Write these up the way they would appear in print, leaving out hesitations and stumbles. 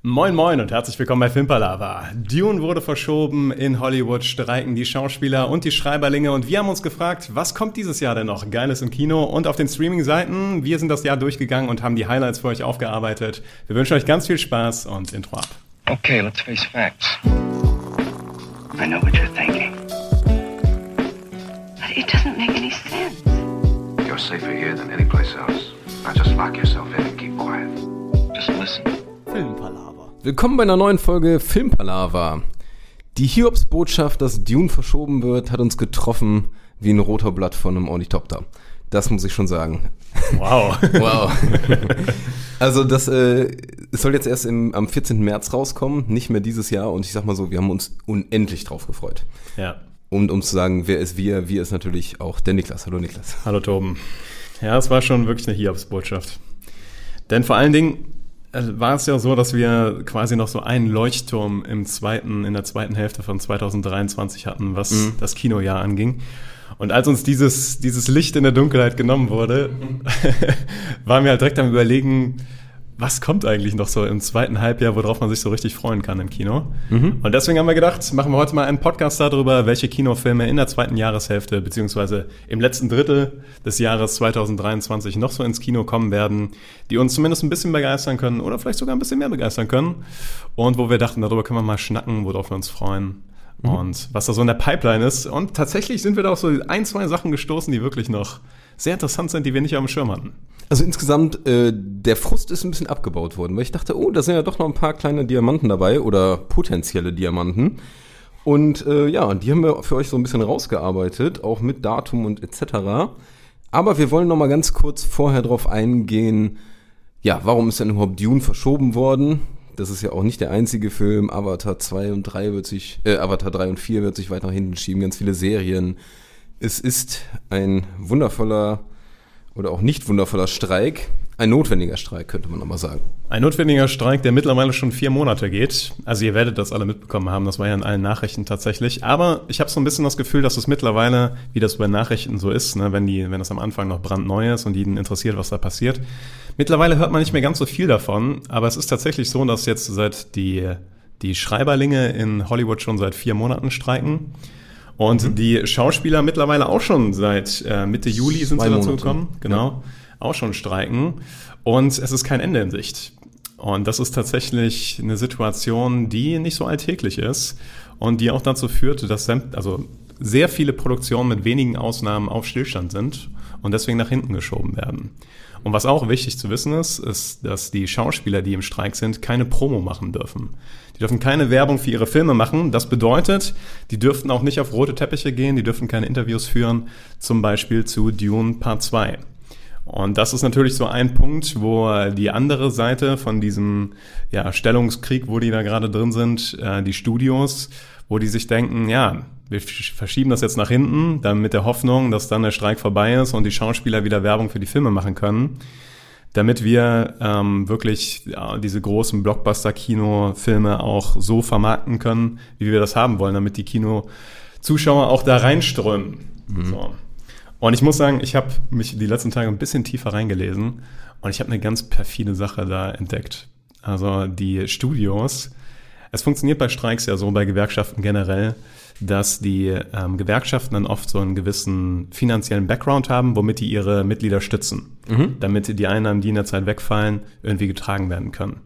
Moin moin und herzlich willkommen bei Filmpalava. Dune wurde verschoben, in Hollywood streiken die Schauspieler und die Schreiberlinge und wir haben uns gefragt, was kommt dieses Jahr denn noch Geiles im Kino und auf den Streaming-Seiten. Wir sind das Jahr durchgegangen und haben die Highlights für euch aufgearbeitet. Wir wünschen euch ganz viel Spaß und Intro ab. Okay, let's face facts. I know what you're thinking. But it doesn't make any sense. You're safer here than any place else. Now just lock yourself in and keep quiet. Just listen. Filmpalava. Willkommen bei einer neuen Folge Filmpalava. Die Hiobsbotschaft, dass Dune verschoben wird, hat uns getroffen wie ein roter Blatt von einem Ornithopter. Das muss ich schon sagen. Wow. Wow. Also es soll jetzt erst am 14. März rauskommen, nicht mehr dieses Jahr. Und ich sag mal so, wir haben uns unendlich drauf gefreut. Ja. Um zu sagen, wer ist wir ist natürlich auch der Niklas. Hallo Niklas. Hallo Toben. Ja, es war schon wirklich eine Hiobsbotschaft. Denn vor allen Dingen war es ja so, dass wir quasi noch so einen Leuchtturm in der zweiten Hälfte von 2023 hatten, was das Kinojahr anging. Und als uns dieses Licht in der Dunkelheit genommen wurde, waren wir halt direkt am Überlegen, was kommt eigentlich noch so im zweiten Halbjahr, worauf man sich so richtig freuen kann im Kino. Und deswegen haben wir gedacht, machen wir heute mal einen Podcast darüber, welche Kinofilme in der zweiten Jahreshälfte beziehungsweise im letzten Drittel des Jahres 2023 noch so ins Kino kommen werden, die uns zumindest ein bisschen begeistern können oder vielleicht sogar ein bisschen mehr begeistern können. Und wo wir dachten, darüber können wir mal schnacken, worauf wir uns freuen. Und was da so in der Pipeline ist. Und tatsächlich sind wir da auf so ein, zwei Sachen gestoßen, die wirklich noch sehr interessant sind, die wir nicht auf dem Schirm hatten. Also insgesamt, der Frust ist ein bisschen abgebaut worden, weil ich dachte, da sind ja doch noch ein paar kleine Diamanten dabei oder potenzielle Diamanten. Und die haben wir für euch so ein bisschen rausgearbeitet, auch mit Datum und etc. Aber wir wollen noch mal ganz kurz vorher drauf eingehen, ja, warum ist denn überhaupt Dune verschoben worden? Das ist ja auch nicht der einzige Film. Avatar 3 und 4 wird sich weit nach hinten schieben, ganz viele Serien. Es ist ein wundervoller oder auch nicht wundervoller Streik. Ein notwendiger Streik, könnte man nochmal sagen. Ein notwendiger Streik, der mittlerweile schon 4 Monate geht. Also ihr werdet das alle mitbekommen haben, das war ja in allen Nachrichten tatsächlich. Aber ich habe so ein bisschen das Gefühl, dass es mittlerweile, wie das bei Nachrichten so ist, ne, wenn das am Anfang noch brandneu ist und jeden interessiert, was da passiert. Mittlerweile hört man nicht mehr ganz so viel davon, aber es ist tatsächlich so, dass jetzt seit die Schreiberlinge in Hollywood schon seit 4 Monaten streiken. Und die Schauspieler mittlerweile auch schon seit Mitte Juli sind sie dazu gekommen. Genau. Ja. Auch schon streiken. Und es ist kein Ende in Sicht. Und das ist tatsächlich eine Situation, die nicht so alltäglich ist und die auch dazu führt, dass sehr viele Produktionen mit wenigen Ausnahmen auf Stillstand sind und deswegen nach hinten geschoben werden. Und was auch wichtig zu wissen ist, dass die Schauspieler, die im Streik sind, keine Promo machen dürfen. Die dürfen keine Werbung für ihre Filme machen. Das bedeutet, die dürften auch nicht auf rote Teppiche gehen, die dürfen keine Interviews führen, zum Beispiel zu Dune Part 2. Und das ist natürlich so ein Punkt, wo die andere Seite von diesem Stellungskrieg, wo die da gerade drin sind, die Studios, wo die sich denken, ja, wir verschieben das jetzt nach hinten, dann mit der Hoffnung, dass dann der Streik vorbei ist und die Schauspieler wieder Werbung für die Filme machen können, damit wir wirklich diese großen Blockbuster-Kino-Filme auch so vermarkten können, wie wir das haben wollen, damit die Kinozuschauer auch da reinströmen. So. Und ich muss sagen, ich habe mich die letzten Tage ein bisschen tiefer reingelesen und ich habe eine ganz perfide Sache da entdeckt. Also die Studios, es funktioniert bei Streiks ja so, bei Gewerkschaften generell, dass die Gewerkschaften dann oft so einen gewissen finanziellen Background haben, womit die ihre Mitglieder stützen, damit die Einnahmen, die in der Zeit wegfallen, irgendwie getragen werden können.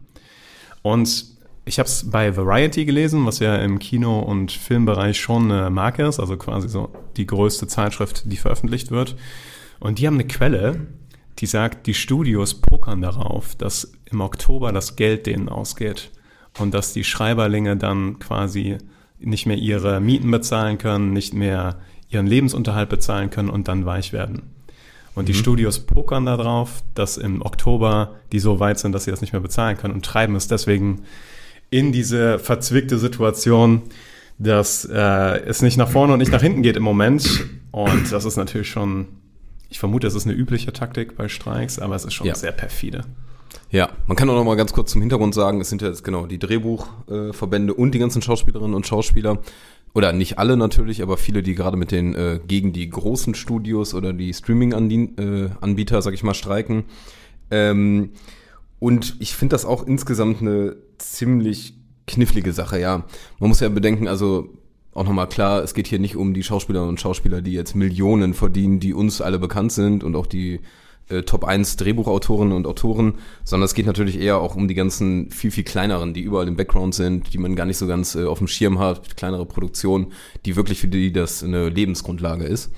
Und ich habe es bei Variety gelesen, was ja im Kino- und Filmbereich schon eine Marke ist, also quasi so die größte Zeitschrift, die veröffentlicht wird. Und die haben eine Quelle, die sagt, die Studios pokern darauf, dass im Oktober das Geld denen ausgeht und dass die Schreiberlinge dann quasi nicht mehr ihre Mieten bezahlen können, nicht mehr ihren Lebensunterhalt bezahlen können und dann weich werden. Und die Studios pokern darauf, dass im Oktober die so weit sind, dass sie das nicht mehr bezahlen können und treiben es deswegen in diese verzwickte Situation, dass es nicht nach vorne und nicht nach hinten geht im Moment. Und das ist natürlich schon, ich vermute, es ist eine übliche Taktik bei Streiks, aber es ist schon sehr perfide. Ja, man kann auch noch mal ganz kurz zum Hintergrund sagen, es sind ja jetzt genau die Drehbuchverbände und die ganzen Schauspielerinnen und Schauspieler, oder nicht alle natürlich, aber viele, die gerade mit den gegen die großen Studios oder die Streaming-Anbieter, sag ich mal, streiken. Und ich finde das auch insgesamt eine ziemlich knifflige Sache, ja. Man muss ja bedenken, also auch nochmal klar, es geht hier nicht um die Schauspielerinnen und Schauspieler, die jetzt Millionen verdienen, die uns alle bekannt sind und auch die Top 1 Drehbuchautorinnen und Autoren, sondern es geht natürlich eher auch um die ganzen viel, viel kleineren, die überall im Background sind, die man gar nicht so ganz auf dem Schirm hat, kleinere Produktionen, die wirklich für die das eine Lebensgrundlage ist.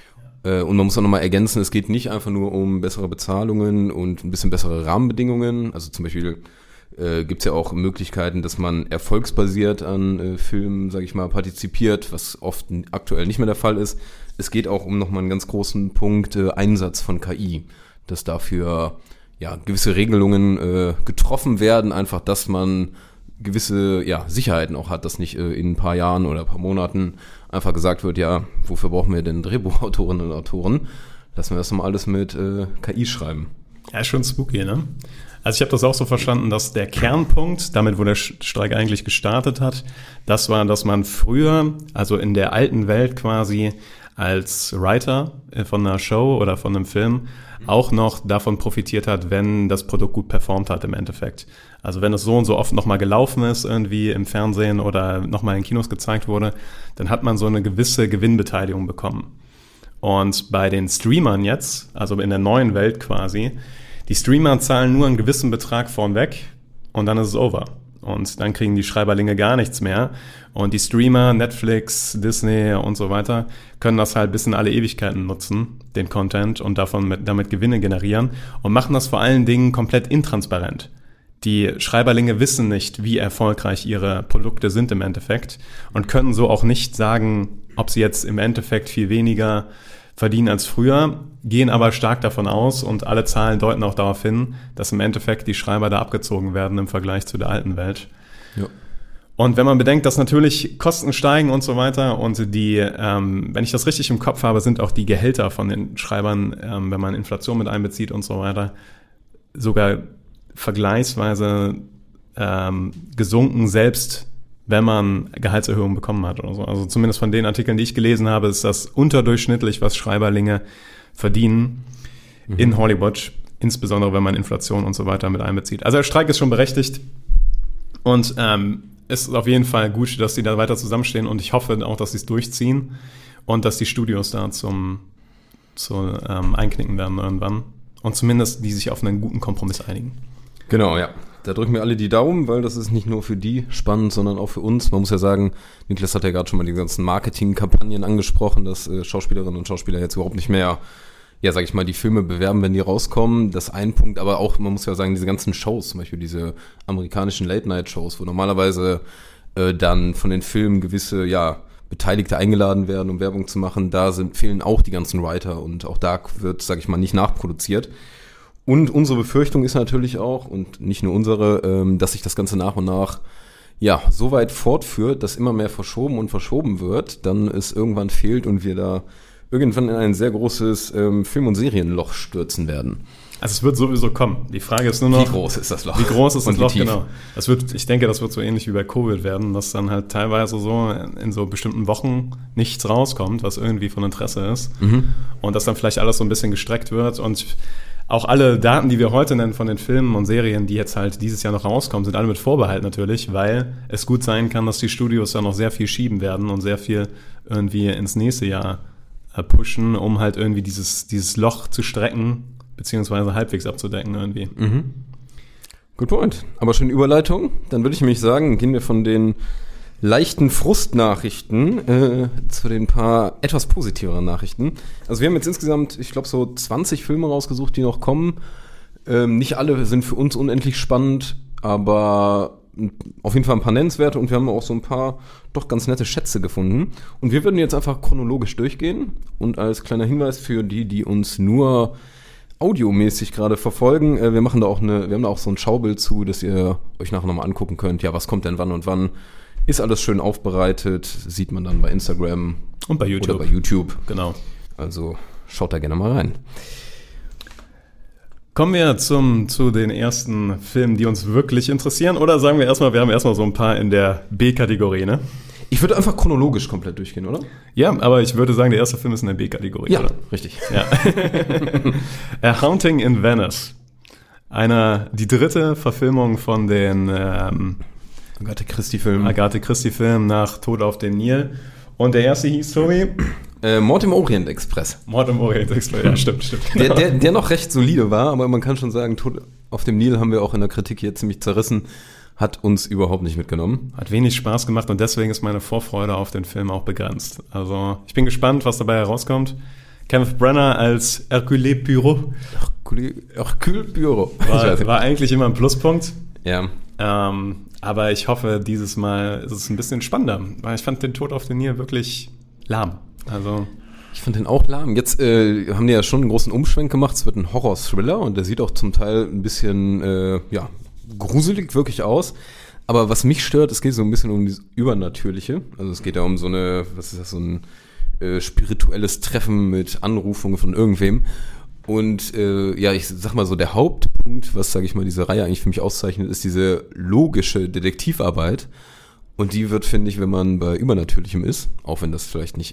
Und man muss auch nochmal ergänzen, es geht nicht einfach nur um bessere Bezahlungen und ein bisschen bessere Rahmenbedingungen. Also zum Beispiel gibt es ja auch Möglichkeiten, dass man erfolgsbasiert an Filmen, sage ich mal, partizipiert, was oft aktuell nicht mehr der Fall ist. Es geht auch um nochmal einen ganz großen Punkt Einsatz von KI, dass dafür ja gewisse Regelungen getroffen werden, einfach, dass man gewisse Sicherheiten auch hat, dass nicht in ein paar Jahren oder ein paar Monaten einfach gesagt wird, ja, wofür brauchen wir denn Drehbuchautorinnen und Autoren? Lassen wir das mal alles mit KI schreiben. Ja, ist schon spooky, ne? Also ich habe das auch so verstanden, dass der Kernpunkt, damit wo der Streik eigentlich gestartet hat, das war, dass man früher, also in der alten Welt quasi als Writer von einer Show oder von einem Film auch noch davon profitiert hat, wenn das Produkt gut performt hat im Endeffekt. Also wenn es so und so oft nochmal gelaufen ist irgendwie im Fernsehen oder nochmal in Kinos gezeigt wurde, dann hat man so eine gewisse Gewinnbeteiligung bekommen. Und bei den Streamern jetzt, also in der neuen Welt quasi, die Streamer zahlen nur einen gewissen Betrag vornweg und dann ist es over. Und dann kriegen die Schreiberlinge gar nichts mehr. Und die Streamer, Netflix, Disney und so weiter, können das halt bis in alle Ewigkeiten nutzen, den Content, und damit Gewinne generieren und machen das vor allen Dingen komplett intransparent. Die Schreiberlinge wissen nicht, wie erfolgreich ihre Produkte sind im Endeffekt und können so auch nicht sagen, ob sie jetzt im Endeffekt viel weniger verdienen als früher, gehen aber stark davon aus und alle Zahlen deuten auch darauf hin, dass im Endeffekt die Schreiber da abgezogen werden im Vergleich zu der alten Welt. Ja. Und wenn man bedenkt, dass natürlich Kosten steigen und so weiter und die, wenn ich das richtig im Kopf habe, sind auch die Gehälter von den Schreibern, wenn man Inflation mit einbezieht und so weiter, sogar vergleichsweise gesunken, selbst wenn man Gehaltserhöhungen bekommen hat oder so. Also zumindest von den Artikeln, die ich gelesen habe, ist das unterdurchschnittlich, was Schreiberlinge verdienen in Hollywood, insbesondere wenn man Inflation und so weiter mit einbezieht. Also der Streik ist schon berechtigt und es ist auf jeden Fall gut, dass die da weiter zusammenstehen und ich hoffe auch, dass sie es durchziehen und dass die Studios da zum einknicken werden irgendwann und zumindest die sich auf einen guten Kompromiss einigen. Genau, ja. Da drücken wir alle die Daumen, weil das ist nicht nur für die spannend, sondern auch für uns. Man muss ja sagen, Niklas hat ja gerade schon mal die ganzen Marketingkampagnen angesprochen, dass Schauspielerinnen und Schauspieler jetzt überhaupt nicht mehr, ja, sag ich mal, die Filme bewerben, wenn die rauskommen. Das ist ein Punkt, aber auch, man muss ja sagen, diese ganzen Shows, zum Beispiel diese amerikanischen Late-Night-Shows, wo normalerweise dann von den Filmen gewisse, Beteiligte eingeladen werden, um Werbung zu machen, da fehlen auch die ganzen Writer und auch da wird, sag ich mal, nicht nachproduziert. Und unsere Befürchtung ist natürlich auch, und nicht nur unsere, dass sich das Ganze nach und nach so weit fortführt, dass immer mehr verschoben wird, dann es irgendwann fehlt und wir da irgendwann in ein sehr großes Film- und Serienloch stürzen werden. Also es wird sowieso kommen. Die Frage ist nur noch, wie groß ist das Loch? Wie groß ist das Loch, genau. Ich denke, das wird so ähnlich wie bei Covid werden, dass dann halt teilweise so in so bestimmten Wochen nichts rauskommt, was irgendwie von Interesse ist. Und dass dann vielleicht alles so ein bisschen gestreckt wird und auch alle Daten, die wir heute nennen von den Filmen und Serien, die jetzt halt dieses Jahr noch rauskommen, sind alle mit Vorbehalt natürlich, weil es gut sein kann, dass die Studios dann noch sehr viel schieben werden und sehr viel irgendwie ins nächste Jahr pushen, um halt irgendwie dieses Loch zu strecken, beziehungsweise halbwegs abzudecken irgendwie. Good point. Aber schöne Überleitung. Dann würde ich nämlich sagen, gehen wir von den leichten Frustnachrichten zu den paar etwas positiveren Nachrichten. Also wir haben jetzt insgesamt, ich glaube, so 20 Filme rausgesucht, die noch kommen. Nicht alle sind für uns unendlich spannend, aber auf jeden Fall ein paar nennenswerte und wir haben auch so ein paar doch ganz nette Schätze gefunden. Und wir würden jetzt einfach chronologisch durchgehen und als kleiner Hinweis für die uns nur audiomäßig gerade verfolgen, wir haben da auch so ein Schaubild zu, dass ihr euch nachher nochmal angucken könnt, was kommt denn wann und wann. Ist alles schön aufbereitet, sieht man dann bei Instagram und bei YouTube. Oder bei YouTube. Genau. Also schaut da gerne mal rein. Kommen wir zu den ersten Filmen, die uns wirklich interessieren. Oder sagen wir erstmal, wir haben erstmal so ein paar in der B-Kategorie, ne? Ich würde einfach chronologisch komplett durchgehen, oder? Ja, aber ich würde sagen, der erste Film ist in der B-Kategorie, ja, oder? Richtig. Ja. A Haunting in Venice. Die dritte Verfilmung von den Agatha Christie-Film nach Tod auf dem Nil. Und der erste hieß, Tobi? Mord im Orient Express. Mord im Orient Express, ja, stimmt. Genau. Der noch recht solide war, aber man kann schon sagen, Tod auf dem Nil haben wir auch in der Kritik hier ziemlich zerrissen. Hat uns überhaupt nicht mitgenommen. Hat wenig Spaß gemacht und deswegen ist meine Vorfreude auf den Film auch begrenzt. Also ich bin gespannt, was dabei herauskommt. Kenneth Branagh als Hercule Poirot. Hercule Poirot. War eigentlich immer ein Pluspunkt. Ja. Aber ich hoffe, dieses Mal ist es ein bisschen spannender, weil ich fand den Tod auf dem Nil wirklich lahm. Also ich fand den auch lahm. Jetzt haben die ja schon einen großen Umschwenk gemacht. Es wird ein Horror-Thriller und der sieht auch zum Teil ein bisschen, gruselig wirklich aus. Aber was mich stört, es geht so ein bisschen um das Übernatürliche. Also es geht ja um so ein spirituelles Treffen mit Anrufungen von irgendwem. Und ich sag mal so, der Hauptpunkt, was, sage ich mal, diese Reihe eigentlich für mich auszeichnet, ist diese logische Detektivarbeit. Und die wird, finde ich, wenn man bei Übernatürlichem ist, auch wenn das vielleicht nicht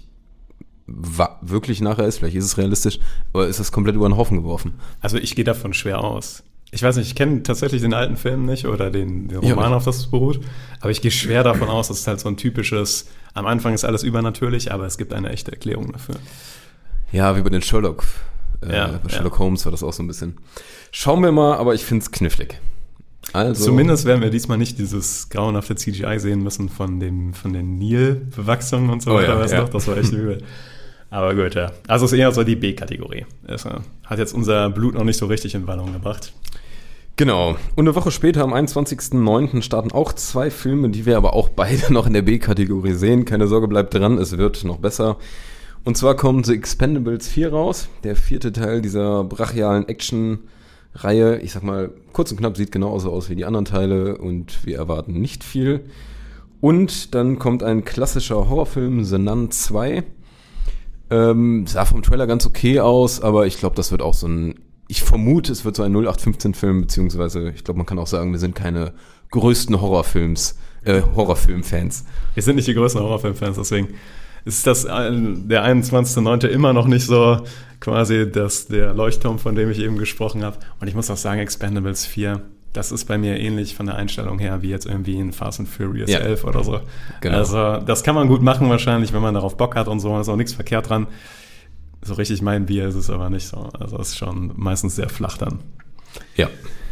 wirklich nachher ist, vielleicht ist es realistisch, aber ist das komplett über den Haufen geworfen. Also ich gehe davon schwer aus. Ich weiß nicht, ich kenne tatsächlich den alten Film nicht oder den Roman, auf das es beruht, aber ich gehe schwer davon aus, dass es halt so ein typisches, am Anfang ist alles übernatürlich, aber es gibt eine echte Erklärung dafür. Ja, wie bei den Sherlock. Bei Sherlock Holmes war das auch so ein bisschen. Schauen wir mal, aber ich finde es knifflig. Also, zumindest werden wir diesmal nicht dieses grauenhafte CGI sehen müssen von den Nilbewachsungen und so weiter. Das war echt übel. Aber gut, ja. Also es ist eher so die B-Kategorie. Hat jetzt unser Blut noch nicht so richtig in Wallung gebracht. Genau. Und eine Woche später, am 21.09. starten auch 2 Filme, die wir aber auch beide noch in der B-Kategorie sehen. Keine Sorge, bleibt dran, es wird noch besser. Und zwar kommt The Expendables 4 raus, der 4. Teil dieser brachialen Action-Reihe. Ich sag mal, kurz und knapp, sieht genauso aus wie die anderen Teile und wir erwarten nicht viel. Und dann kommt ein klassischer Horrorfilm, The Nun 2. Sah vom Trailer ganz okay aus, aber ich glaube, das wird auch ich vermute, es wird so ein 0815-Film, beziehungsweise ich glaube, man kann auch sagen, wir sind keine größten Horrorfans. Wir sind nicht die größten Horrorfilmfans, deswegen ist das der 21.09. immer noch nicht so quasi der Leuchtturm, von dem ich eben gesprochen habe. Und ich muss auch sagen, Expendables 4, das ist bei mir ähnlich von der Einstellung her wie jetzt irgendwie in Fast and Furious 11 oder so. Genau. Also das kann man gut machen wahrscheinlich, wenn man darauf Bock hat und so. Da ist auch nichts verkehrt dran. So richtig mein Bier ist es aber nicht so. Also es ist schon meistens sehr flach dann. Ja.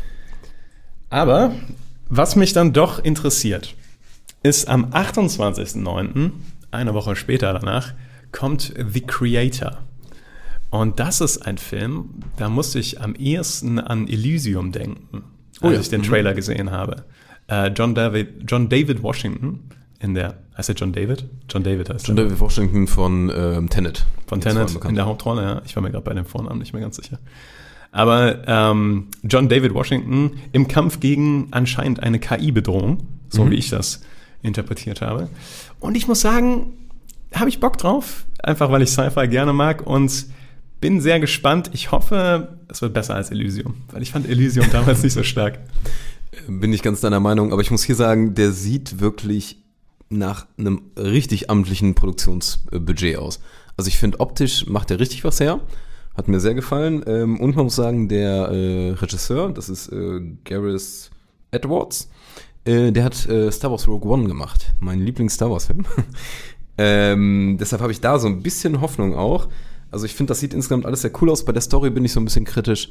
Aber was mich dann doch interessiert, ist am 28.09., eine Woche später danach, kommt The Creator. Und das ist ein Film, da musste ich am ehesten an Elysium denken, als ich den Trailer gesehen habe. John David Washington heißt der John David? John David heißt John David Washington von Tenet. Von Tenet in der Hauptrolle, ja. Ich war mir gerade bei dem Vornamen nicht mehr ganz sicher. Aber John David Washington im Kampf gegen anscheinend eine KI-Bedrohung, so wie ich das interpretiert habe. Und ich muss sagen, habe ich Bock drauf, einfach weil ich Sci-Fi gerne mag und bin sehr gespannt. Ich hoffe, es wird besser als Elysium, weil ich fand Elysium damals nicht so stark. Bin ich ganz deiner Meinung, aber ich muss hier sagen, der sieht wirklich nach einem richtig amtlichen Produktionsbudget aus. Also ich finde, optisch macht er richtig was her. Hat mir sehr gefallen. Und man muss sagen, der Regisseur, das ist Gareth Edwards, der hat Star Wars Rogue One gemacht. Mein Lieblings-Star Wars-Film. Deshalb habe ich da so ein bisschen Hoffnung auch. Also ich finde, das sieht insgesamt alles sehr cool aus. Bei der Story bin ich so ein bisschen kritisch.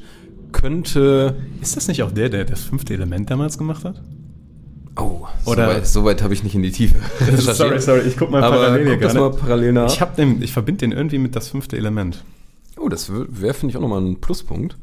Ist das nicht auch der das 5. Element damals gemacht hat? Oh, so weit habe ich nicht in die Tiefe. Sorry, ich gucke mal parallel hier gerade. Mal parallel nach. Ich verbinde den irgendwie mit das 5. Element. Oh, das wäre, finde ich, auch nochmal ein Pluspunkt.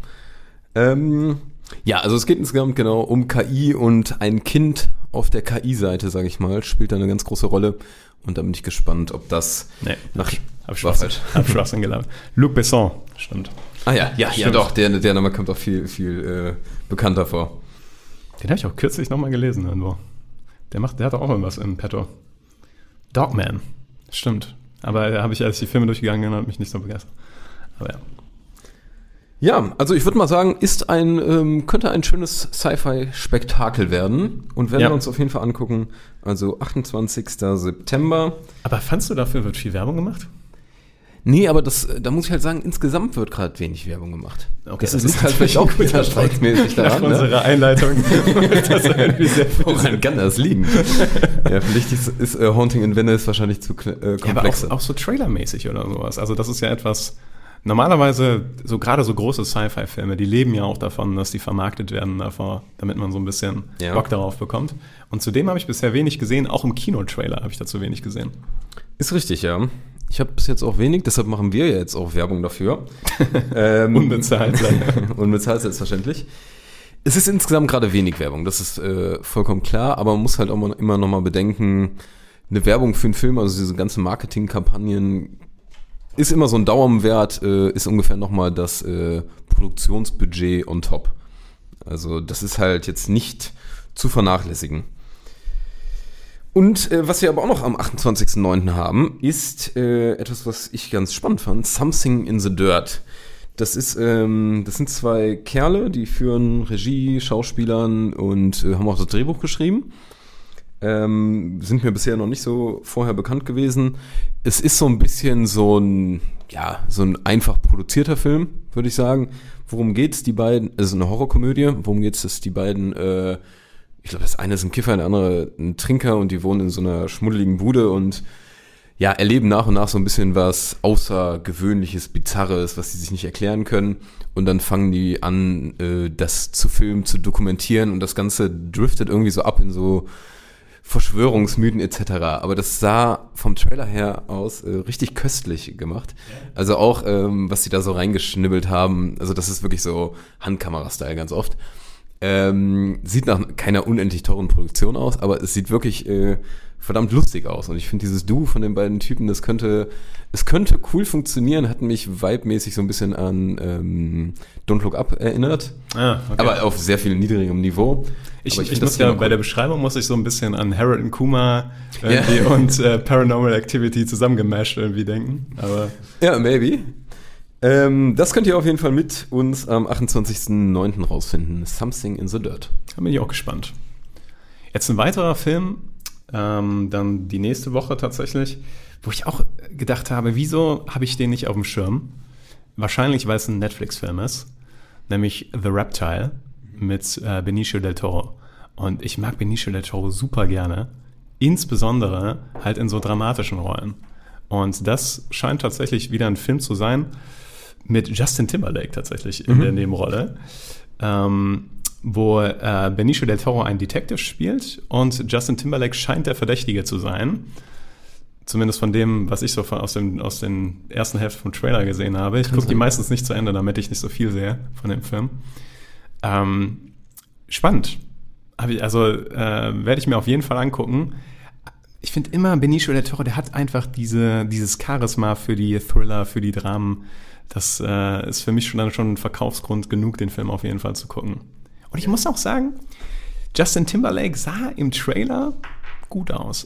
Ja, also es geht insgesamt genau um KI und ein Kind auf der KI-Seite, sage ich mal, spielt da eine ganz große Rolle. Und da bin ich gespannt, ob das Hab Schwachsinn gelernt. Luc Besson, stimmt. Ah ja, doch, der Name kommt auch viel bekannter vor. Den habe ich auch kürzlich nochmal gelesen irgendwo. Der hat auch irgendwas im Petto. Dogman, stimmt. Aber da habe ich, als ich die Filme durchgegangen bin, hat mich nicht so begeistert. Aber ja. Ja, also ich würde mal sagen, könnte ein schönes Sci-Fi-Spektakel werden und werden wir uns auf jeden Fall angucken. Also 28. September. Aber fandst du, dafür wird viel Werbung gemacht? Nee, aber da muss ich halt sagen, insgesamt wird gerade wenig Werbung gemacht. Okay, das liegt halt vielleicht auch widerstreitsmäßig daran. Nach unserer Einleitung ist das irgendwie sehr Woran kann das liegen? Ja, vielleicht ist Haunting in Venice wahrscheinlich zu komplexer. Ja, aber auch so trailermäßig oder sowas. Also das ist ja etwas, normalerweise, so gerade so große Sci-Fi-Filme, die leben ja auch davon, dass die vermarktet werden, damit man so ein bisschen Bock darauf bekommt. Und zudem habe ich bisher wenig gesehen, auch im Kinotrailer habe ich dazu wenig gesehen. Ist richtig, ja. Ich habe bis jetzt auch wenig, deshalb machen wir ja jetzt auch Werbung dafür. Unbezahlt. Unbezahlt selbstverständlich. Es ist insgesamt gerade wenig Werbung, das ist vollkommen klar, aber man muss halt auch immer noch mal bedenken, eine Werbung für einen Film, also diese ganzen Marketingkampagnen, ist immer so ein Daumenwert, ist ungefähr nochmal das Produktionsbudget on top. Also das ist halt jetzt nicht zu vernachlässigen. Und was wir aber auch noch am 28.09. haben, ist etwas, was ich ganz spannend fand, Something in the Dirt. Das sind zwei Kerle, die führen Regie, Schauspielern und haben auch das Drehbuch geschrieben. Sind mir bisher noch nicht so vorher bekannt gewesen. Es ist so ein bisschen so ein einfach produzierter Film, würde ich sagen. Worum geht's? Die beiden, es ist eine Horrorkomödie. Worum geht's? Dass die beiden, ich glaube, das eine ist ein Kiffer, der andere ein Trinker und die wohnen in so einer schmuddeligen Bude und ja, erleben nach und nach so ein bisschen was Außergewöhnliches, Bizarres, was sie sich nicht erklären können. Und dann fangen die an, das zu filmen, zu dokumentieren und das Ganze driftet irgendwie so ab in so Verschwörungsmythen etc. Aber das sah vom Trailer her aus richtig köstlich gemacht. Also auch, was sie da so reingeschnibbelt haben, also das ist wirklich so Handkamera-Style ganz oft. Sieht nach keiner unendlich teuren Produktion aus, aber es sieht wirklich verdammt lustig aus. Und ich finde dieses Duo von den beiden Typen, es könnte cool funktionieren, hat mich vibemäßig so ein bisschen an Don't Look Up erinnert. Ah, okay. Aber auf sehr viel niedrigem Niveau. Ich muss ja, bei der Beschreibung muss ich so ein bisschen an Harold und Kumar und Paranormal Activity zusammengemasht irgendwie denken. Aber ja, maybe. Das könnt ihr auf jeden Fall mit uns am 28.09. rausfinden. Something in the Dirt. Da bin ich auch gespannt. Jetzt ein weiterer Film, dann die nächste Woche tatsächlich, wo ich auch gedacht habe, wieso habe ich den nicht auf dem Schirm? Wahrscheinlich, weil es ein Netflix-Film ist, nämlich The Reptile mit Benicio del Toro. Und ich mag Benicio del Toro super gerne, insbesondere halt in so dramatischen Rollen. Und das scheint tatsächlich wieder ein Film zu sein mit Justin Timberlake tatsächlich in der Nebenrolle, wo Benicio del Toro einen Detective spielt und Justin Timberlake scheint der Verdächtige zu sein. Zumindest von dem, was ich so aus den ersten Hälfte vom Trailer gesehen habe. Ich gucke die meistens nicht zu Ende, damit ich nicht so viel sehe von dem Film. Spannend. Werde ich mir auf jeden Fall angucken. Ich finde immer, Benicio del Toro, der hat einfach dieses Charisma für die Thriller, für die Dramen. Das ist für mich schon ein Verkaufsgrund genug, den Film auf jeden Fall zu gucken. Und ich muss auch sagen, Justin Timberlake sah im Trailer gut aus.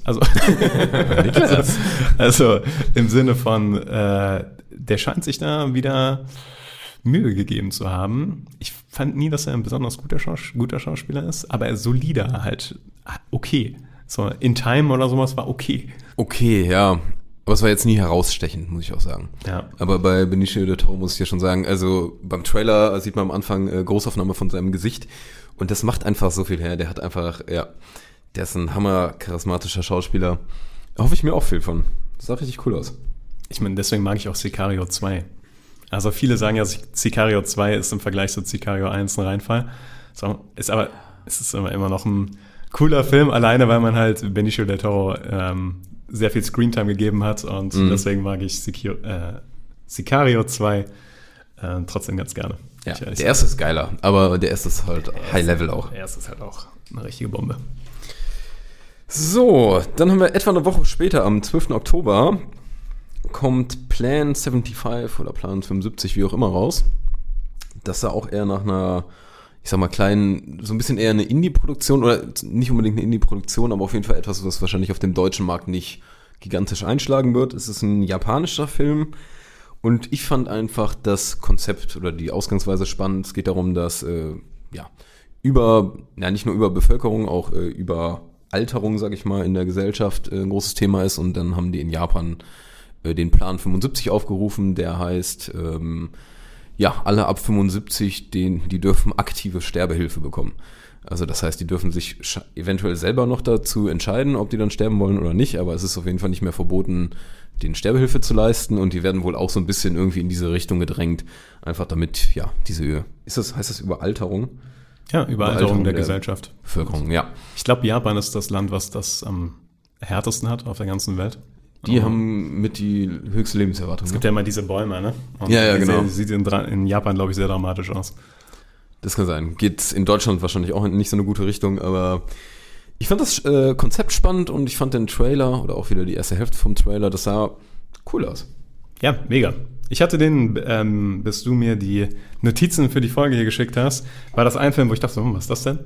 Also im Sinne von, der scheint sich da wieder Mühe gegeben zu haben. Ich fand nie, dass er ein besonders guter Schauspieler ist, aber er ist solider halt okay. So In Time oder sowas war okay. Okay, ja. Aber es war jetzt nie herausstechend, muss ich auch sagen. Ja. Aber bei Benicio del Toro muss ich ja schon sagen, also beim Trailer sieht man am Anfang Großaufnahme von seinem Gesicht und das macht einfach so viel her. Der hat einfach, der ist ein hammer-charismatischer Schauspieler. Da hoffe ich mir auch viel von. Das sah richtig cool aus. Ich meine, deswegen mag ich auch Sicario 2. Also viele sagen ja, Sicario 2 ist im Vergleich zu Sicario 1 ein Reinfall. Es ist aber immer noch ein cooler Film, alleine weil man halt Benicio del Toro sehr viel Screentime gegeben hat und deswegen mag ich Sicario 2 trotzdem ganz gerne. Ja, der erste ist geiler, aber der erste ist halt High-Level auch. Der erste ist halt auch eine richtige Bombe. So, dann haben wir etwa eine Woche später, am 12. Oktober, kommt Plan 75 oder Plan 75, wie auch immer, raus. Das sah auch eher nach einer, ich sag mal, kleinen, so ein bisschen eher eine Indie-Produktion oder nicht unbedingt eine Indie-Produktion, aber auf jeden Fall etwas, was wahrscheinlich auf dem deutschen Markt nicht gigantisch einschlagen wird. Es ist ein japanischer Film und ich fand einfach das Konzept oder die Ausgangsweise spannend. Es geht darum, dass nicht nur über Bevölkerung, auch über Alterung, sag ich mal, in der Gesellschaft ein großes Thema ist und dann haben die in Japan den Plan 75 aufgerufen, der heißt, alle ab 75, die dürfen aktive Sterbehilfe bekommen. Also das heißt, die dürfen sich eventuell selber noch dazu entscheiden, ob die dann sterben wollen oder nicht, aber es ist auf jeden Fall nicht mehr verboten, denen Sterbehilfe zu leisten, und die werden wohl auch so ein bisschen irgendwie in diese Richtung gedrängt, einfach damit, heißt das Überalterung? Ja, Überalterung der Gesellschaft. Bevölkerung, ja. Ich glaube, Japan ist das Land, was das am härtesten hat auf der ganzen Welt. Die haben mit die höchste Lebenserwartung. Es gibt ja immer diese Bäume, ne? Und genau. Sieht in Japan, glaube ich, sehr dramatisch aus. Das kann sein. Geht in Deutschland wahrscheinlich auch in nicht so eine gute Richtung, aber ich fand das Konzept spannend und ich fand den Trailer oder auch wieder die erste Hälfte vom Trailer, das sah cool aus. Ja, mega. Ich hatte bis du mir die Notizen für die Folge hier geschickt hast, war das ein Film, wo ich dachte, was ist das denn?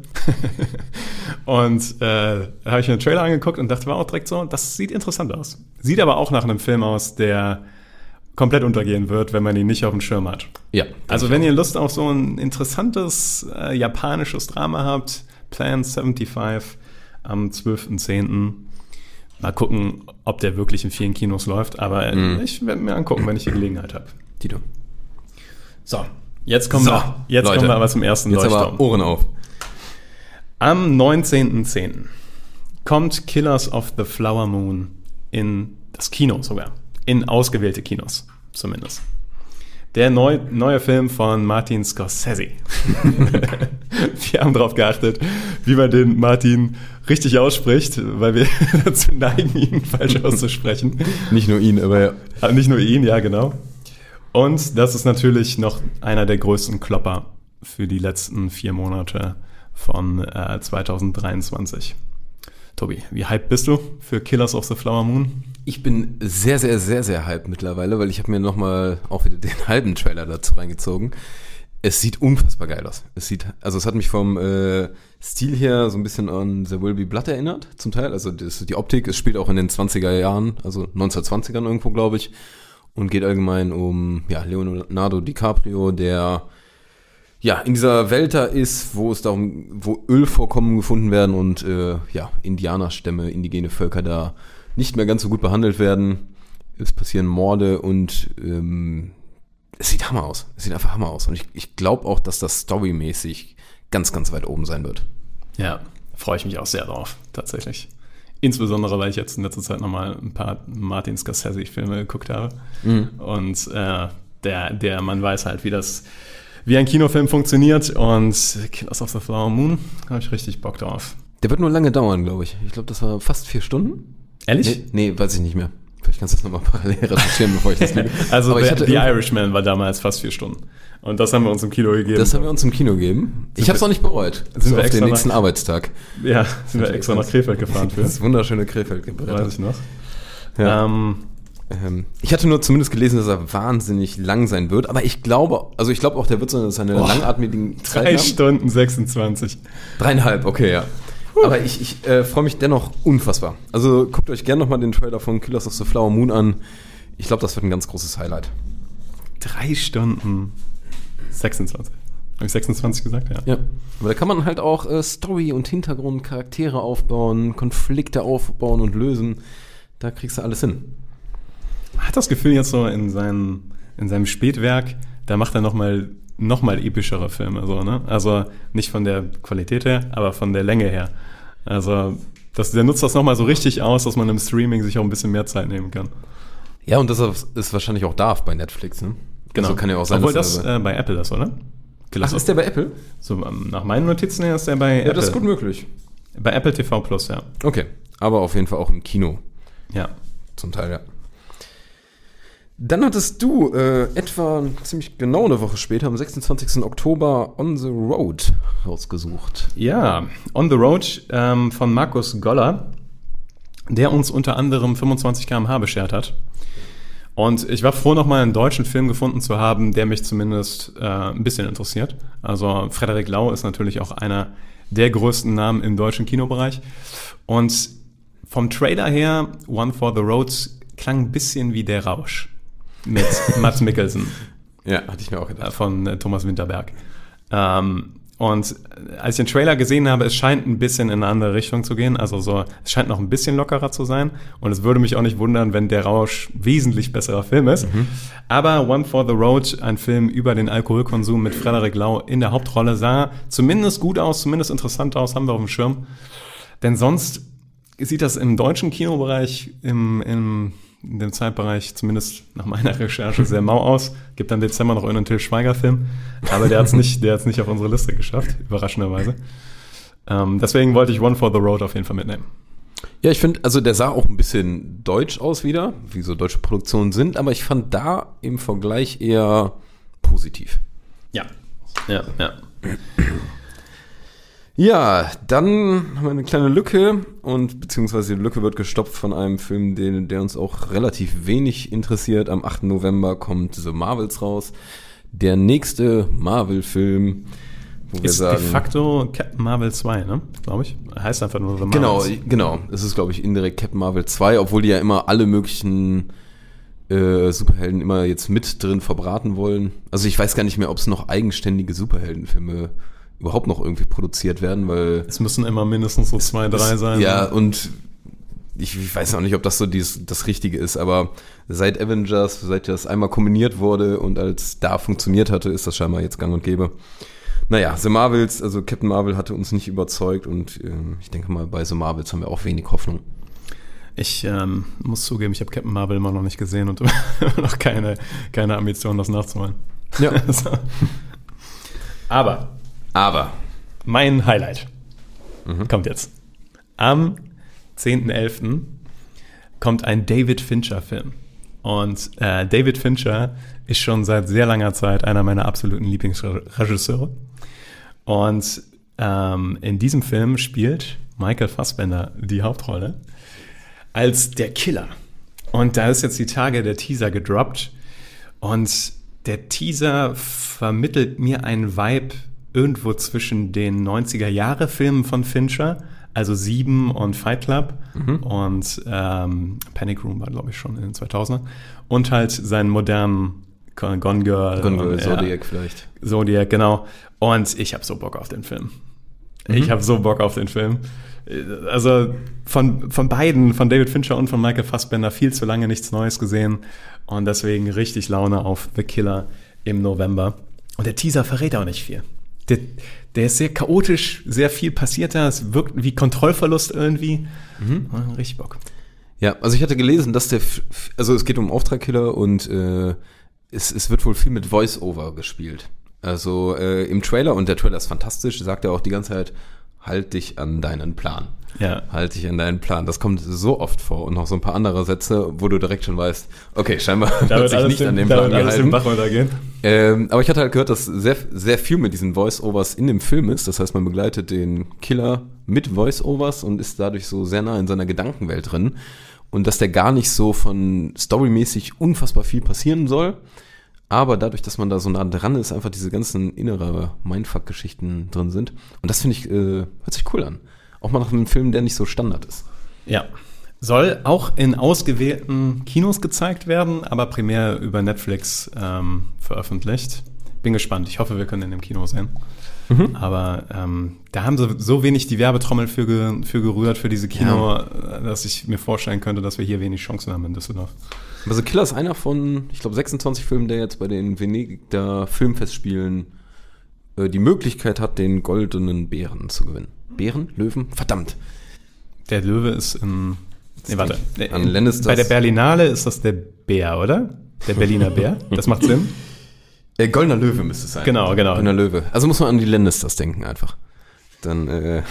Und da habe ich mir den Trailer angeguckt und dachte, war auch direkt so, das sieht interessant aus. Sieht aber auch nach einem Film aus, der komplett untergehen wird, wenn man ihn nicht auf dem Schirm hat. Ja. Also wenn ihr Lust auf so ein interessantes japanisches Drama habt, Plan 75 am 12.10. Mal gucken, ob der wirklich in vielen Kinos läuft, aber ich werde mir angucken, wenn ich die Gelegenheit habe. Tito. So, jetzt kommen wir aber zum ersten Leuchtturm. Jetzt aber Ohren auf. Am 19.10. kommt Killers of the Flower Moon in das Kino sogar. In ausgewählte Kinos zumindest. Der neue Film von Martin Scorsese. Wir haben darauf geachtet, wie man den Martin richtig ausspricht, weil wir dazu neigen, ihn falsch auszusprechen. Nicht nur ihn, aber ja. Nicht nur ihn, ja, genau. Und das ist natürlich noch einer der größten Klopper für die letzten 4 Monate von 2023. Tobi, wie hyped bist du für Killers of the Flower Moon? Ich bin sehr, sehr, sehr, sehr hyped mittlerweile, weil ich habe mir nochmal auch wieder den halben Trailer dazu reingezogen. Es sieht unfassbar geil aus. Es hat mich vom Stil her so ein bisschen an There Will Be Blood erinnert, zum Teil. Also die Optik, es spielt auch in den 20er Jahren, also 1920ern irgendwo, glaube ich. Und geht allgemein um Leonardo DiCaprio, der in dieser Welt da ist, wo Ölvorkommen gefunden werden und Indianerstämme, indigene Völker da nicht mehr ganz so gut behandelt werden. Es passieren Morde und es sieht Hammer aus. Es sieht einfach Hammer aus. Und ich glaube auch, dass das storymäßig ganz, ganz weit oben sein wird. Ja, freue ich mich auch sehr drauf, tatsächlich. Insbesondere, weil ich jetzt in letzter Zeit nochmal ein paar Martin Scorsese-Filme geguckt habe. Mhm. Und der Mann weiß halt, wie ein Kinofilm funktioniert. Und Killers of the Flower Moon, habe ich richtig Bock drauf. Der wird nur lange dauern, glaube ich. Ich glaube, das war fast 4 Stunden. Ehrlich? Nee, weiß ich nicht mehr. Vielleicht kannst du das nochmal parallel recherchieren, bevor ich das liege. Also The Irishman war damals fast 4 Stunden. Und das haben wir uns im Kino gegeben. Ich habe es auch nicht bereut. Sind wir auf den nächsten Arbeitstag. Ja, sind wir extra nach Krefeld gefahren für. Das wunderschöne Krefeld gebrettert. Weiß ich noch. Ja. Ich hatte nur zumindest gelesen, dass er wahnsinnig lang sein wird. Aber ich glaube auch, der wird seine langatmigen 3 Stunden 26. 3,5, okay, ja. Aber ich freue mich dennoch unfassbar. Also guckt euch gerne nochmal den Trailer von Killers of the Flower Moon an. Ich glaube, das wird ein ganz großes Highlight. 3 Stunden 26. Habe ich 26 gesagt? Ja. Aber da kann man halt auch Story und Hintergrund, Charaktere aufbauen, Konflikte aufbauen und lösen. Da kriegst du alles hin. Man hat das Gefühl jetzt so in seinem Spätwerk, da macht er nochmal epischere Filme, so, ne? Also nicht von der Qualität her, aber von der Länge her. Also der nutzt das nochmal so richtig aus, dass man im Streaming sich auch ein bisschen mehr Zeit nehmen kann. Ja, und das ist wahrscheinlich auch darf bei Netflix, ne? Genau. Also kann ja auch sein, obwohl das bei Apple ist, oder? Ach, ist der bei Apple? So, nach meinen Notizen her ist der bei Apple. Ja, das ist gut möglich. Bei Apple TV Plus, ja. Okay, aber auf jeden Fall auch im Kino. Ja. Zum Teil, ja. Dann hattest du etwa ziemlich genau eine Woche später, am 26. Oktober, On the Road rausgesucht. Ja, On the Road von Markus Goller, der uns unter anderem 25 km/h beschert hat. Und ich war froh, nochmal einen deutschen Film gefunden zu haben, der mich zumindest ein bisschen interessiert. Also Frederik Lau ist natürlich auch einer der größten Namen im deutschen Kinobereich. Und vom Trailer her, One for the Road, klang ein bisschen wie Der Rausch. Mit Mads Mikkelsen. Ja, hatte ich mir auch gedacht. Von Thomas Winterberg. Und als ich den Trailer gesehen habe, es scheint ein bisschen in eine andere Richtung zu gehen. Also so, es scheint noch ein bisschen lockerer zu sein. Und es würde mich auch nicht wundern, wenn der Rausch wesentlich besserer Film ist. Aber One for the Road, ein Film über den Alkoholkonsum mit Frederik Lau in der Hauptrolle, sah zumindest gut aus, zumindest interessant aus, haben wir auf dem Schirm. Denn sonst sieht das im deutschen Kinobereich, in dem Zeitbereich, zumindest nach meiner Recherche, sehr mau aus. Gibt dann im Dezember noch irgendeinen Till Schweiger-Film, aber der hat's nicht auf unsere Liste geschafft, überraschenderweise. Deswegen wollte ich One for the Road auf jeden Fall mitnehmen. Ja, ich finde, also der sah auch ein bisschen deutsch aus wieder, wie so deutsche Produktionen sind, aber ich fand da im Vergleich eher positiv. Ja. Ja, dann haben wir eine kleine Lücke und beziehungsweise die Lücke wird gestopft von einem Film, der uns auch relativ wenig interessiert. Am 8. November kommt The Marvels raus. Der nächste Marvel-Film, wo wir sagen... Ist de facto Captain Marvel 2, ne? Glaube ich. Heißt einfach nur The Marvels. Genau. Es ist, glaube ich, indirekt Captain Marvel 2, obwohl die ja immer alle möglichen Superhelden immer jetzt mit drin verbraten wollen. Also ich weiß gar nicht mehr, ob es noch eigenständige Superheldenfilme überhaupt noch irgendwie produziert werden, weil... Es müssen immer mindestens so 2, 3 sein. Ja, und ich weiß auch nicht, ob das so das Richtige ist, aber seit Avengers, seit das einmal kombiniert wurde und als da funktioniert hatte, ist das scheinbar jetzt gang und gäbe. Naja, The Marvels, also Captain Marvel hatte uns nicht überzeugt und ich denke mal, bei The Marvels haben wir auch wenig Hoffnung. Ich muss zugeben, ich habe Captain Marvel immer noch nicht gesehen und immer noch keine Ambition, das nachzuholen. Ja. So. Aber mein Highlight kommt jetzt. Am 10.11. kommt ein David Fincher-Film. Und David Fincher ist schon seit sehr langer Zeit einer meiner absoluten Lieblingsregisseure. Und in diesem Film spielt Michael Fassbender die Hauptrolle als der Killer. Und da ist jetzt die Tage der Teaser gedroppt. Und der Teaser vermittelt mir einen Vibe irgendwo zwischen den 90er-Jahre-Filmen von Fincher, also 7 und Fight Club und Panic Room war, glaube ich, schon in den 2000ern und halt seinen modernen Gone Girl, Zodiac vielleicht. Zodiac, genau. Und ich habe so Bock auf den Film. Also von beiden, von David Fincher und von Michael Fassbender, viel zu lange nichts Neues gesehen und deswegen richtig Laune auf The Killer im November. Und der Teaser verrät auch nicht viel. Der ist sehr chaotisch, sehr viel passiert da, es wirkt wie Kontrollverlust irgendwie. Richtig Bock. Ja, also ich hatte gelesen, dass also es geht um Auftragkiller und es wird wohl viel mit Voice-Over gespielt. Also im Trailer, und der Trailer ist fantastisch, sagt er auch die ganze Zeit, halt dich an deinen Plan. Ja. Halt dich an deinen Plan. Das kommt so oft vor und noch so ein paar andere Sätze, wo du direkt schon weißt, okay, scheinbar wird sich nicht an den Plan gehalten. Aber ich hatte halt gehört, dass sehr, sehr viel mit diesen Voice-Overs in dem Film ist. Das heißt, man begleitet den Killer mit Voice-Overs und ist dadurch so sehr nah in seiner Gedankenwelt drin. Und dass der gar nicht so von storymäßig unfassbar viel passieren soll. Aber dadurch, dass man da so nah dran ist, einfach diese ganzen innere Mindfuck-Geschichten drin sind. Und das finde ich, hört sich cool an. Auch mal nach einem Film, der nicht so Standard ist. Ja. Soll auch in ausgewählten Kinos gezeigt werden, aber primär über Netflix veröffentlicht. Bin gespannt. Ich hoffe, wir können ihn im Kino sehen. Aber da haben sie so wenig die Werbetrommel für gerührt, für diese Kino, dass ich mir vorstellen könnte, dass wir hier wenig Chancen haben in Düsseldorf. Also Killer ist einer von, ich glaube, 26 Filmen, der jetzt bei den Venediger Filmfestspielen die Möglichkeit hat, den goldenen Bären zu gewinnen. Bären? Löwen? Verdammt. Der Löwe ist in... Nee, warte. Bei der Berlinale ist das der Bär, oder? Der Berliner Bär. Das macht Sinn. Goldener Löwe müsste es sein. Genau. Goldener Löwe. Also muss man an die Lannisters denken einfach. Dann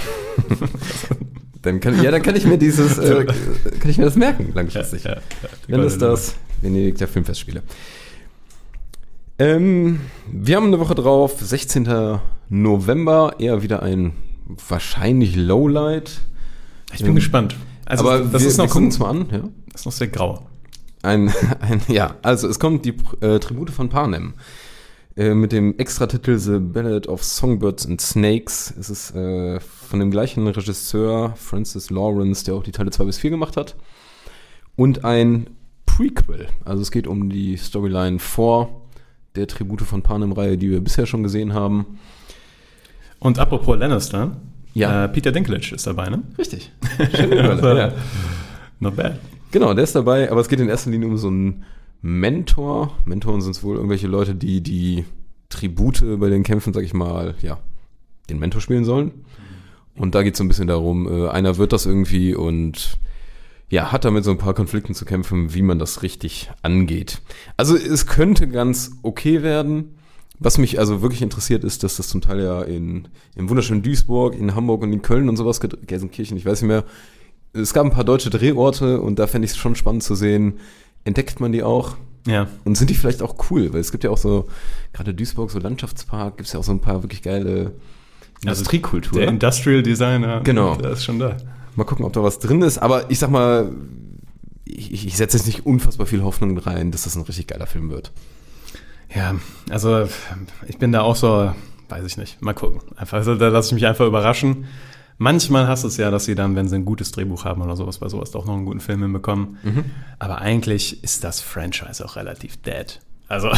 kann ich mir das merken langfristig. Ja. Lannisters, Venedig der Filmfestspiele. Wir haben eine Woche drauf, 16. November, eher wieder ein wahrscheinlich Lowlight. Ich bin gespannt. Also aber das ist noch, gucken uns mal an. Ja? Das ist noch sehr grau. Also es kommt die Tribute von Panem. Mit dem Extratitel The Ballad of Songbirds and Snakes. Es ist von dem gleichen Regisseur, Francis Lawrence, der auch die Teile 2 bis 4 gemacht hat. Und ein Prequel. Also es geht um die Storyline vor der Tribute von Panem-Reihe, die wir bisher schon gesehen haben. Und apropos Lannister, Ja. Peter Dinklage ist dabei, ne? Richtig. Schön ja. Not bad. Genau, der ist dabei, aber es geht in erster Linie um so einen Mentor. Mentoren sind es wohl irgendwelche Leute, die Tribute bei den Kämpfen, sag ich mal, ja, den Mentor spielen sollen. Und da geht es so ein bisschen darum, einer wird das irgendwie und ja, hat damit so ein paar Konflikten zu kämpfen, wie man das richtig angeht. Also es könnte ganz okay werden. Was mich also wirklich interessiert ist, dass das zum Teil ja im wunderschönen Duisburg, in Hamburg und in Köln und sowas, Gelsenkirchen, ich weiß nicht mehr. Es gab ein paar deutsche Drehorte und da fände ich es schon spannend zu sehen, entdeckt man die auch? Ja. Und sind die vielleicht auch cool? Weil es gibt ja auch so, gerade Duisburg, so Landschaftspark, gibt es ja auch so ein paar wirklich geile Industriekultur. Der Industrial Designer, Genau. Der ist schon da. Mal gucken, ob da was drin ist. Aber ich sag mal, ich setze jetzt nicht unfassbar viel Hoffnung rein, dass das ein richtig geiler Film wird. Ja, also ich bin da auch so, weiß ich nicht, mal gucken. Einfach, also, da lasse ich mich einfach überraschen. Manchmal hast du es ja, dass sie dann, wenn sie ein gutes Drehbuch haben oder sowas, bei sowas auch noch einen guten Film hinbekommen. Aber eigentlich ist das Franchise auch relativ dead. Also,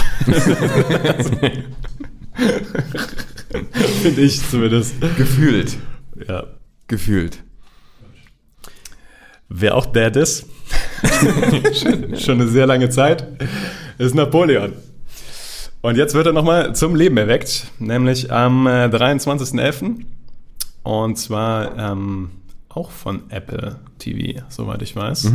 finde ich zumindest. Gefühlt. Ja. Gefühlt. Wer auch dead ist, schon eine sehr lange Zeit, ist Napoleon. Und jetzt wird er nochmal zum Leben erweckt, nämlich am 23.11. Und zwar auch von Apple TV, soweit ich weiß.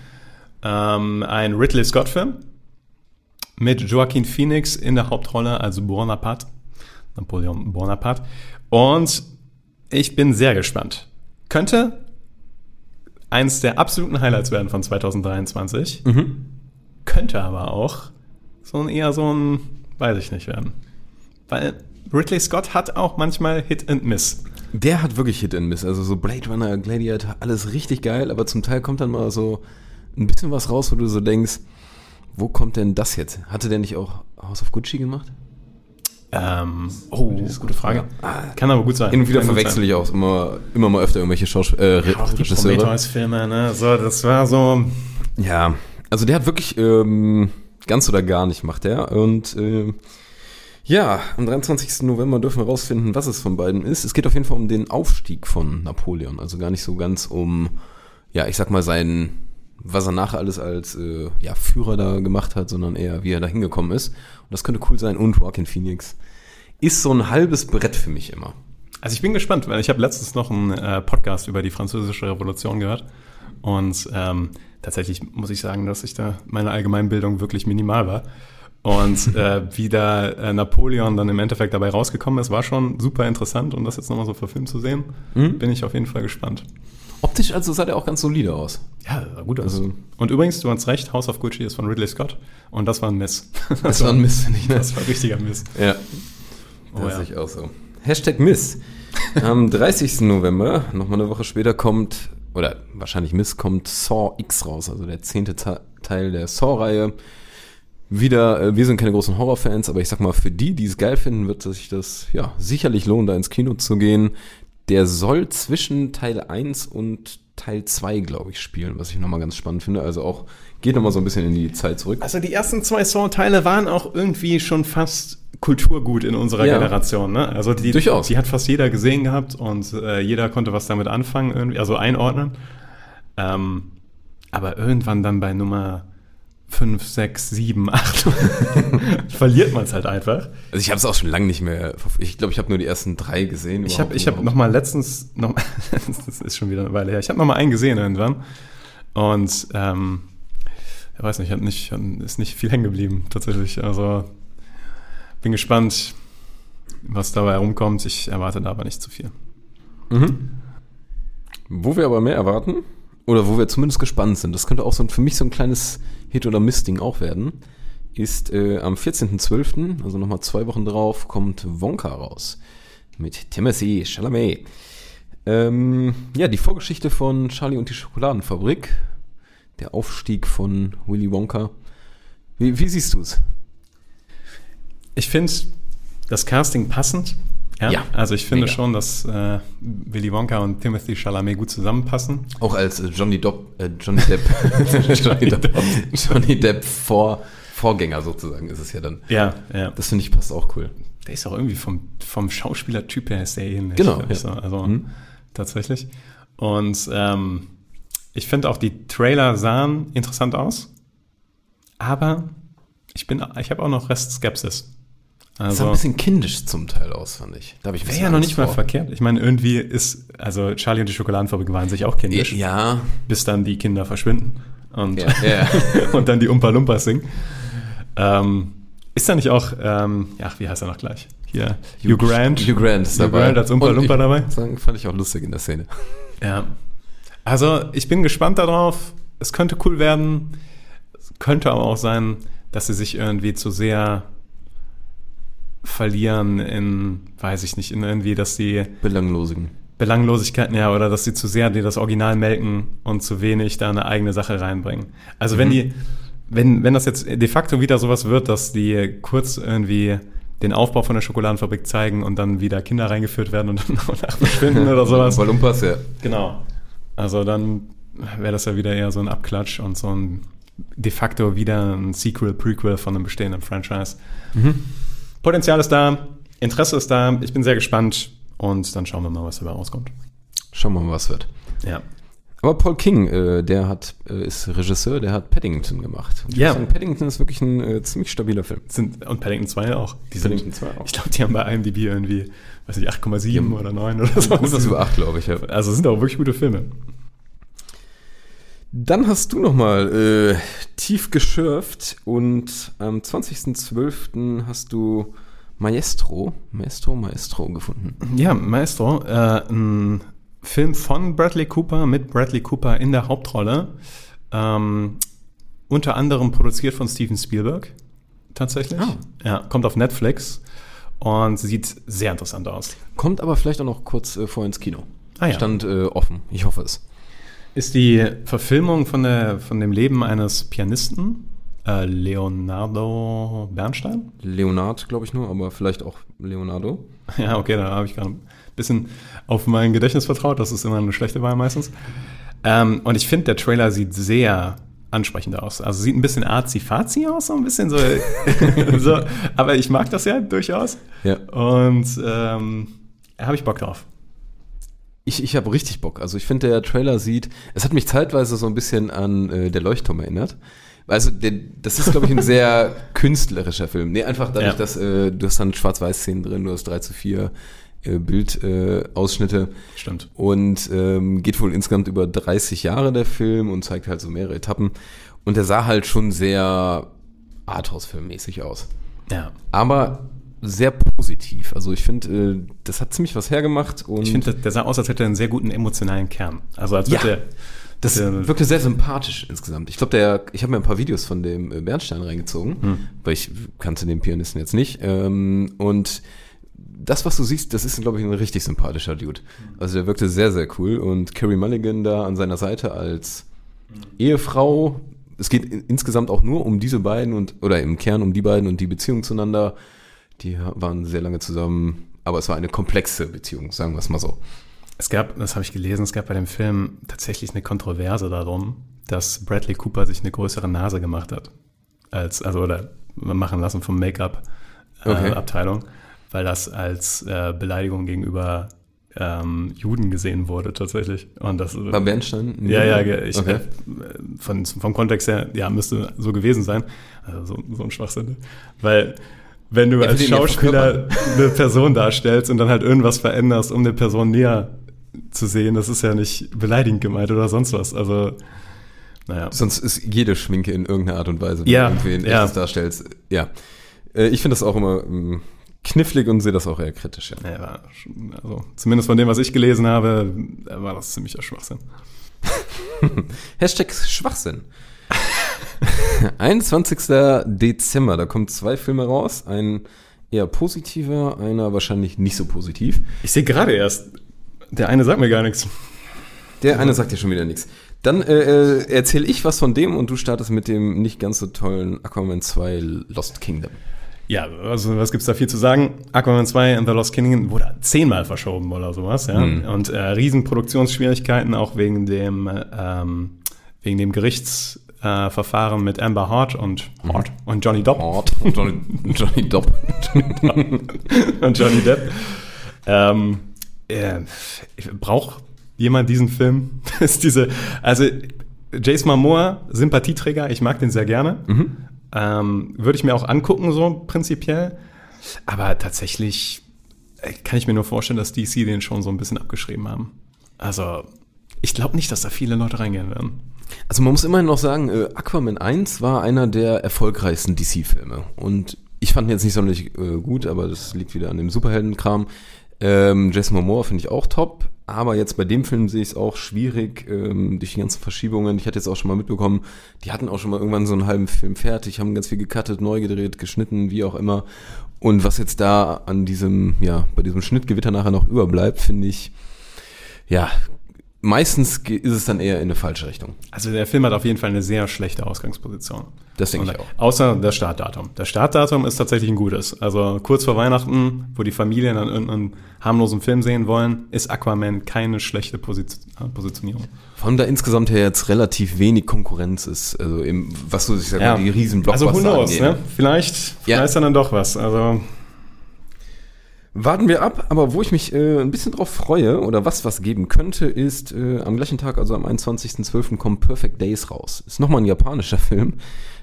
Ein Ridley Scott-Film mit Joaquin Phoenix in der Hauptrolle als Bonaparte, Napoleon Bonaparte. Und ich bin sehr gespannt. Könnte eins der absoluten Highlights werden von 2023. Könnte aber auch eher so ein, weiß ich nicht, werden. Weil Ridley Scott hat auch manchmal Hit and Miss. Der hat wirklich Hit and Miss. Also so Blade Runner, Gladiator, alles richtig geil, aber zum Teil kommt dann mal so ein bisschen was raus, wo du so denkst, wo kommt denn das jetzt? Hatte der nicht auch House of Gucci gemacht? Das ist eine gute Frage. Kann aber gut sein. Hin und wieder verwechsel ich auch immer mal öfter irgendwelche Regisseure. Prometheus-Filme, ne? So, das war so. Ja, also der hat wirklich ganz oder gar nicht macht der. Und ja, am 23. November dürfen wir rausfinden, was es von beiden ist. Es geht auf jeden Fall um den Aufstieg von Napoleon. Also gar nicht so ganz um, ja, ich sag mal, was er nachher alles als Führer da gemacht hat, sondern eher, wie er da hingekommen ist. Und das könnte cool sein. Und Joaquin Phoenix ist so ein halbes Brett für mich immer. Also ich bin gespannt, weil ich habe letztens noch einen Podcast über die Französische Revolution gehört. Und tatsächlich muss ich sagen, dass ich da meine Allgemeinbildung wirklich minimal war. Und wie da Napoleon dann im Endeffekt dabei rausgekommen ist, war schon super interessant. Und das jetzt nochmal so verfilmt zu sehen, bin ich auf jeden Fall gespannt. Optisch also sah der auch ganz solide aus. Ja, sah gut aus. Also, und übrigens, du hast recht, House of Gucci ist von Ridley Scott. Und das war ein Miss. Das war ein Miss, nicht, ne? Das war richtiger Miss. Ja, das sehe ich auch so. Hashtag Miss. Am 30. November, nochmal eine Woche später kommt Saw X raus, also der 10. Teil der Saw-Reihe. Wieder, wir sind keine großen Horrorfans, aber ich sag mal, für die es geil finden, wird sich das ja sicherlich lohnen, da ins Kino zu gehen. Der soll zwischen Teil 1 und Teil 2, glaube ich, spielen, was ich nochmal ganz spannend finde. Also auch, geht nochmal so ein bisschen in die Zeit zurück. Also die ersten 2 Saw-Teile waren auch irgendwie schon fast Kulturgut in unserer Generation, ne? Also durchaus. Die hat fast jeder gesehen gehabt und jeder konnte was damit anfangen, irgendwie, also einordnen. Aber irgendwann dann bei Nummer 5, 6, 7, 8 verliert man es halt einfach. Also ich habe es auch schon lange nicht mehr, ich glaube, ich habe nur die ersten 3 gesehen. Ich habe noch mal letztens, das ist schon wieder eine Weile her, ich habe noch mal einen gesehen irgendwann und ich weiß nicht, ist nicht viel hängen geblieben tatsächlich. Also bin gespannt, was dabei herumkommt. Ich erwarte da aber nicht zu viel. Wo wir aber mehr erwarten, oder wo wir zumindest gespannt sind, das könnte auch für mich so ein kleines Hit- oder Miss-Ding auch werden, ist am 14.12., also nochmal 2 Wochen drauf, kommt Wonka raus. Mit Timothée Chalamet. Die Vorgeschichte von Charlie und die Schokoladenfabrik. Der Aufstieg von Willy Wonka. Wie siehst du es? Ich finde das Casting passend. Ja. Also ich finde schon, dass Willy Wonka und Timothée Chalamet gut zusammenpassen. Auch als Johnny Depp Vorgänger sozusagen ist es ja dann. Ja. Das finde ich passt auch cool. Der ist auch irgendwie vom Schauspielertyp her ist der ähnlich. Genau, finde ich ja. so. Also tatsächlich. Und ich finde auch, die Trailer sahen interessant aus, aber ich habe auch noch Restskepsis. Das sah ein bisschen kindisch zum Teil aus, fand ich. Da Wäre ja noch nicht mal verkehrt. Ich meine, irgendwie also Charlie und die Schokoladenfabrik waren sich auch kindisch. Ja. Bis dann die Kinder verschwinden und, Ja. und dann die Umpa Lumpas singen. Ist da nicht auch, wie heißt er noch gleich? Hier, Hugh Grant. Hugh Grant ist dabei. Hugh Grant als Umpa Lumpa dabei. Fand ich auch lustig in der Szene. Ja. Also, ich bin gespannt darauf. Es könnte cool werden. Es könnte aber auch sein, dass sie sich irgendwie zu sehr verlieren in, weiß ich nicht, in irgendwie, dass die Belanglosigkeiten, ja, oder dass sie zu sehr das Original melken und zu wenig da eine eigene Sache reinbringen. Also wenn das jetzt de facto wieder sowas wird, dass die kurz irgendwie den Aufbau von der Schokoladenfabrik zeigen und dann wieder Kinder reingeführt werden und dann nach verschwinden oder sowas. Lumpas, ja. Genau. Also dann wäre das ja wieder eher so ein Abklatsch und so ein de facto wieder ein Sequel, Prequel von einem bestehenden Franchise. Potenzial ist da, Interesse ist da, ich bin sehr gespannt und dann schauen wir mal, was dabei rauskommt. Schauen wir mal, was wird. Ja. Aber Paul King, der ist Regisseur, der hat Paddington gemacht. Und ich muss sagen, Paddington ist wirklich ein ziemlich stabiler Film. Und Paddington 2 auch. Paddington 2 auch. Ich glaube, die haben bei IMDb irgendwie, weiß nicht, 8,7 oder 9 oder so. Irgendwas über 8, glaube ich. Ja. Also sind auch wirklich gute Filme. Dann hast du nochmal tief geschürft und am 20.12. hast du Maestro gefunden. Ja, Maestro, ein Film von Bradley Cooper mit Bradley Cooper in der Hauptrolle. Unter anderem produziert von Steven Spielberg, tatsächlich. Oh. Ja, kommt auf Netflix und sieht sehr interessant aus. Kommt aber vielleicht auch noch kurz vor ins Kino. Ah, ja. Stand offen, ich hoffe es. Ist die Verfilmung von dem Leben eines Pianisten, Leonardo Bernstein? Leonard, glaube ich nur, aber vielleicht auch Leonardo. Ja, okay, da habe ich gerade ein bisschen auf mein Gedächtnis vertraut. Das ist immer eine schlechte Wahl meistens. Und ich finde, der Trailer sieht sehr ansprechend aus. Also sieht ein bisschen arzi-fazi aus, so ein bisschen so. So, aber ich mag das ja durchaus. Ja. Und habe ich Bock drauf. Ich habe richtig Bock. Also ich finde, der Trailer es hat mich zeitweise so ein bisschen an Der Leuchtturm erinnert. Also das ist, glaube ich, ein sehr künstlerischer Film. Nee, einfach dadurch, dass du hast dann Schwarz-Weiß-Szenen drin, du hast 3:4 Bildausschnitte. Stimmt. Und geht wohl insgesamt über 30 Jahre der Film und zeigt halt so mehrere Etappen. Und der sah halt schon sehr Arthouse-filmmäßig aus. Ja. Aber sehr positiv. Also ich finde, das hat ziemlich was hergemacht. Und Ich finde, der sah aus, als hätte er einen sehr guten emotionalen Kern. Also als würde das wirkte sehr sympathisch insgesamt. Ich glaube, ich habe mir ein paar Videos von dem Bernstein reingezogen, weil ich kannte den Pianisten jetzt nicht. Und das, was du siehst, das ist, glaube ich, ein richtig sympathischer Dude. Also der wirkte sehr, sehr cool. Und Carey Mulligan da an seiner Seite als Ehefrau. Es geht insgesamt auch nur um diese beiden oder im Kern um die beiden und die Beziehung zueinander. Die waren sehr lange zusammen, aber es war eine komplexe Beziehung, sagen wir es mal so. Das habe ich gelesen, es gab bei dem Film tatsächlich eine Kontroverse darum, dass Bradley Cooper sich eine größere Nase gemacht hat. Oder machen lassen vom Make-up-Abteilung, weil das als Beleidigung gegenüber Juden gesehen wurde tatsächlich. Und das, bei Bernstein? Ja, vom Kontext her, ja, müsste so gewesen sein. Also so ein Schwachsinn. Weil wenn du als Schauspieler eine Person darstellst und dann halt irgendwas veränderst, um eine Person näher zu sehen, das ist ja nicht beleidigend gemeint oder sonst was. Also, naja. Sonst ist jede Schminke in irgendeiner Art und Weise, wenn du irgendwie ein echtes darstellst. Ja. Ich finde das auch immer knifflig und sehe das auch eher kritisch. Ja. Ja, also zumindest von dem, was ich gelesen habe, war das ziemlicher Schwachsinn. Hashtag Schwachsinn. 21. Dezember, da kommen 2 Filme raus. Ein eher positiver, einer wahrscheinlich nicht so positiv. Ich sehe gerade erst, der eine sagt mir gar nichts. Der eine sagt dir schon wieder nichts. Dann erzähle ich was von dem und du startest mit dem nicht ganz so tollen Aquaman 2 Lost Kingdom. Ja, also was gibt's da viel zu sagen? Aquaman 2 and the Lost Kingdom wurde 10-mal verschoben oder sowas, ja. Und riesen Produktionsschwierigkeiten, auch wegen dem Gerichts Verfahren mit Amber Heard und Johnny Depp. Johnny Depp. Und Johnny Depp. Braucht jemand diesen Film? Jason Momoa, Sympathieträger, ich mag den sehr gerne. Würde ich mir auch angucken, so prinzipiell. Aber tatsächlich kann ich mir nur vorstellen, dass DC den schon so ein bisschen abgeschrieben haben. Also, ich glaube nicht, dass da viele Leute reingehen werden. Also man muss immerhin noch sagen, Aquaman 1 war einer der erfolgreichsten DC-Filme. Und ich fand ihn jetzt nicht sonderlich gut, aber das liegt wieder an dem Superheldenkram. Jason Momoa finde ich auch top. Aber jetzt bei dem Film sehe ich es auch schwierig, durch die ganzen Verschiebungen. Ich hatte jetzt auch schon mal mitbekommen, die hatten auch schon mal irgendwann so einen halben Film fertig, haben ganz viel gecuttet, neu gedreht, geschnitten, wie auch immer. Und was jetzt da an bei diesem Schnittgewitter nachher noch überbleibt, finde ich, meistens ist es dann eher in eine falsche Richtung. Also der Film hat auf jeden Fall eine sehr schlechte Ausgangsposition. Das denke ich auch. Außer das Startdatum. Das Startdatum ist tatsächlich ein gutes. Also kurz vor Weihnachten, wo die Familien dann irgendeinen harmlosen Film sehen wollen, ist Aquaman keine schlechte Positionierung. Vor allem da insgesamt ja jetzt relativ wenig Konkurrenz ist. Also was so, ich sag mal, die riesen Blockbuster also who knows, angeht. ne? Vielleicht ist dann doch was. Also warten wir ab, aber wo ich mich ein bisschen drauf freue oder was geben könnte, ist am gleichen Tag, also am 21.12. kommt Perfect Days raus. Ist nochmal ein japanischer Film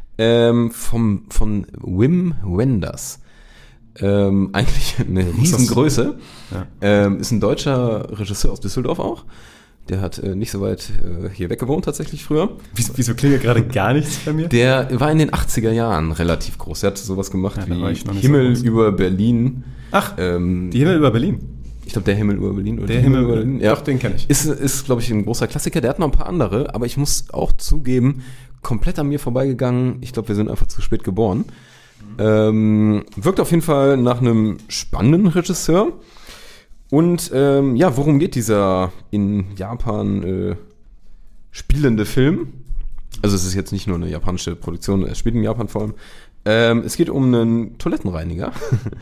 von Wim Wenders. Eigentlich eine Riesengröße. Ist ein deutscher Regisseur aus Düsseldorf auch. Der hat nicht so weit hier weggewohnt tatsächlich früher. Wieso klingt gerade gar nichts bei mir? Der war in den 80er Jahren relativ groß. Der hat sowas gemacht wie Himmel über Berlin. Ach, die Himmel über Berlin. Ich glaube, der Himmel über Berlin. Oder der Himmel über Berlin, ja. Doch, den kenne ich. Ist glaube ich, ein großer Klassiker. Der hat noch ein paar andere, aber ich muss auch zugeben, komplett an mir vorbeigegangen. Ich glaube, wir sind einfach zu spät geboren. Wirkt auf jeden Fall nach einem spannenden Regisseur. Und worum geht dieser in Japan spielende Film? Also es ist jetzt nicht nur eine japanische Produktion, es spielt in Japan vor allem. Es geht um einen Toilettenreiniger.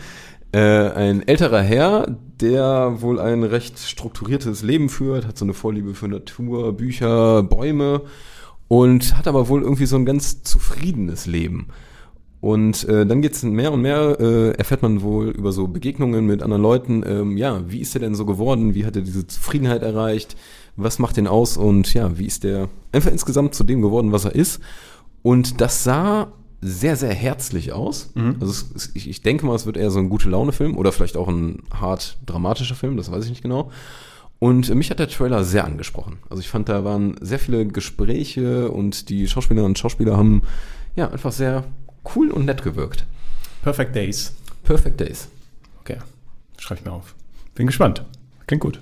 Ein älterer Herr, der wohl ein recht strukturiertes Leben führt, hat so eine Vorliebe für Natur, Bücher, Bäume und hat aber wohl irgendwie so ein ganz zufriedenes Leben. Und dann geht's mehr und mehr, erfährt man wohl über so Begegnungen mit anderen Leuten, wie ist er denn so geworden, wie hat er diese Zufriedenheit erreicht, was macht den aus und wie ist der einfach insgesamt zu dem geworden, was er ist. Und das sah sehr, sehr herzlich aus. Also ich denke mal, es wird eher so ein Gute-Laune-Film oder vielleicht auch ein hart dramatischer Film, das weiß ich nicht genau. Und mich hat der Trailer sehr angesprochen. Also ich fand, da waren sehr viele Gespräche und die Schauspielerinnen und Schauspieler haben einfach sehr cool und nett gewirkt. Perfect Days. Perfect Days. Okay, schreibe ich mir auf. Bin gespannt. Klingt gut.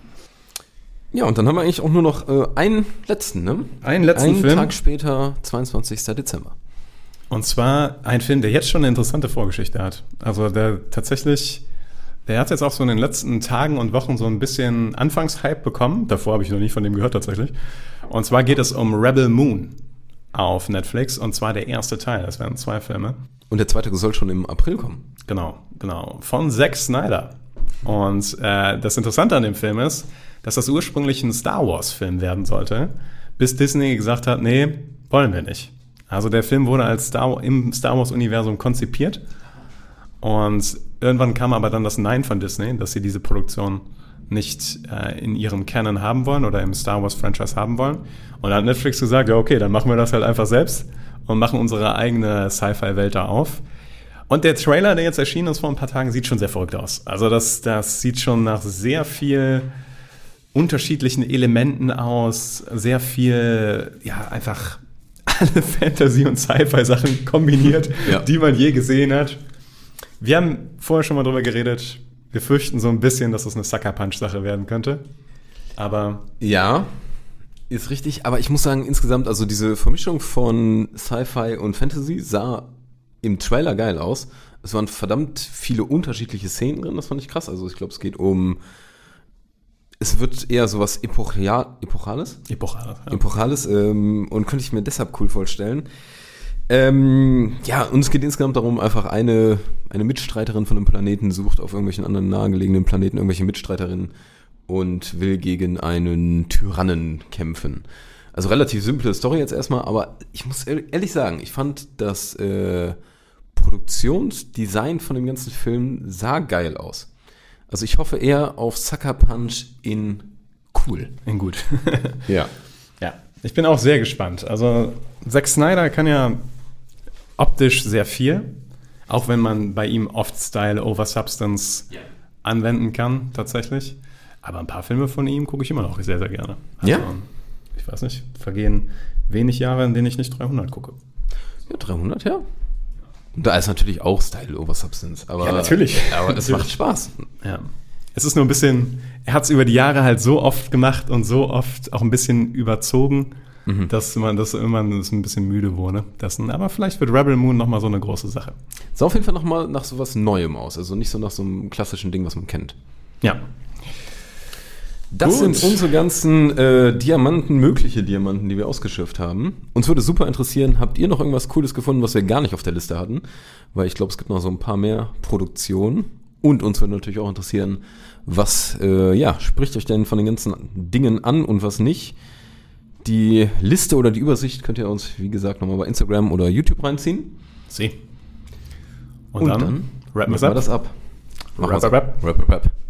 Ja, und dann haben wir eigentlich auch nur noch einen letzten, ne? Einen Film. Einen Tag später, 22. Dezember. Und zwar ein Film, der jetzt schon eine interessante Vorgeschichte hat. Also der hat jetzt auch so in den letzten Tagen und Wochen so ein bisschen Anfangshype bekommen. Davor habe ich noch nie von dem gehört tatsächlich. Und zwar geht es um Rebel Moon auf Netflix. Und zwar der erste Teil. Das wären 2 Filme. Und der zweite soll schon im April kommen. Genau. Von Zack Snyder. Und das Interessante an dem Film ist, dass das ursprünglich ein Star Wars-Film werden sollte, bis Disney gesagt hat, nee, wollen wir nicht. Also der Film wurde im Star Wars-Universum konzipiert und irgendwann kam aber dann das Nein von Disney, dass sie diese Produktion nicht in ihrem Canon haben wollen oder im Star Wars-Franchise haben wollen. Und dann hat Netflix gesagt, ja okay, dann machen wir das halt einfach selbst und machen unsere eigene Sci-Fi-Welt da auf. Und der Trailer, der jetzt erschienen ist vor ein paar Tagen, sieht schon sehr verrückt aus. Also das sieht schon nach sehr viel unterschiedlichen Elementen aus, sehr viel, einfach alle Fantasy- und Sci-Fi-Sachen kombiniert, die man je gesehen hat. Wir haben vorher schon mal drüber geredet, wir fürchten so ein bisschen, dass das eine Sucker-Punch-Sache werden könnte. Aber ja, ist richtig. Aber ich muss sagen, insgesamt, also diese Vermischung von Sci-Fi und Fantasy sah im Trailer geil aus. Es waren verdammt viele unterschiedliche Szenen drin, das fand ich krass. Also ich glaube, es wird eher sowas Epochales, und könnte ich mir deshalb cool vorstellen. Und es geht insgesamt darum, einfach eine Mitstreiterin von einem Planeten sucht auf irgendwelchen anderen nahegelegenen Planeten irgendwelche Mitstreiterinnen und will gegen einen Tyrannen kämpfen. Also relativ simple Story jetzt erstmal, aber ich muss ehrlich sagen, ich fand das Produktionsdesign von dem ganzen Film sah geil aus. Also ich hoffe eher auf Sucker Punch in cool. In gut. Ja. Ja, ich bin auch sehr gespannt. Also Zack Snyder kann ja optisch sehr viel, auch wenn man bei ihm oft Style over Substance anwenden kann, tatsächlich. Aber ein paar Filme von ihm gucke ich immer noch sehr, sehr gerne. Also, Ja? Ich weiß nicht, vergehen wenig Jahre, in denen ich nicht 300 gucke. Ja, 300, ja. Und da ist natürlich auch Style over Substance. Aber, Ja, natürlich. Aber es macht Spaß. Ja. Es ist nur ein bisschen, er hat es über die Jahre halt so oft gemacht und so oft auch ein bisschen überzogen, dass man das irgendwann ein bisschen müde wurde. Aber vielleicht wird Rebel Moon nochmal so eine große Sache. Sah auf jeden Fall nochmal nach so was Neuem aus. Also nicht so nach so einem klassischen Ding, was man kennt. Ja. Das Gut. sind unsere ganzen mögliche Diamanten, die wir ausgeschifft haben. Uns würde super interessieren, habt ihr noch irgendwas Cooles gefunden, was wir gar nicht auf der Liste hatten? Weil ich glaube, es gibt noch so ein paar mehr Produktionen. Und uns würde natürlich auch interessieren, was spricht euch denn von den ganzen Dingen an und was nicht? Die Liste oder die Übersicht könnt ihr uns, wie gesagt, nochmal bei Instagram oder YouTube reinziehen. Sie. Und dann rappen machen wir das ab. Rap. Rap.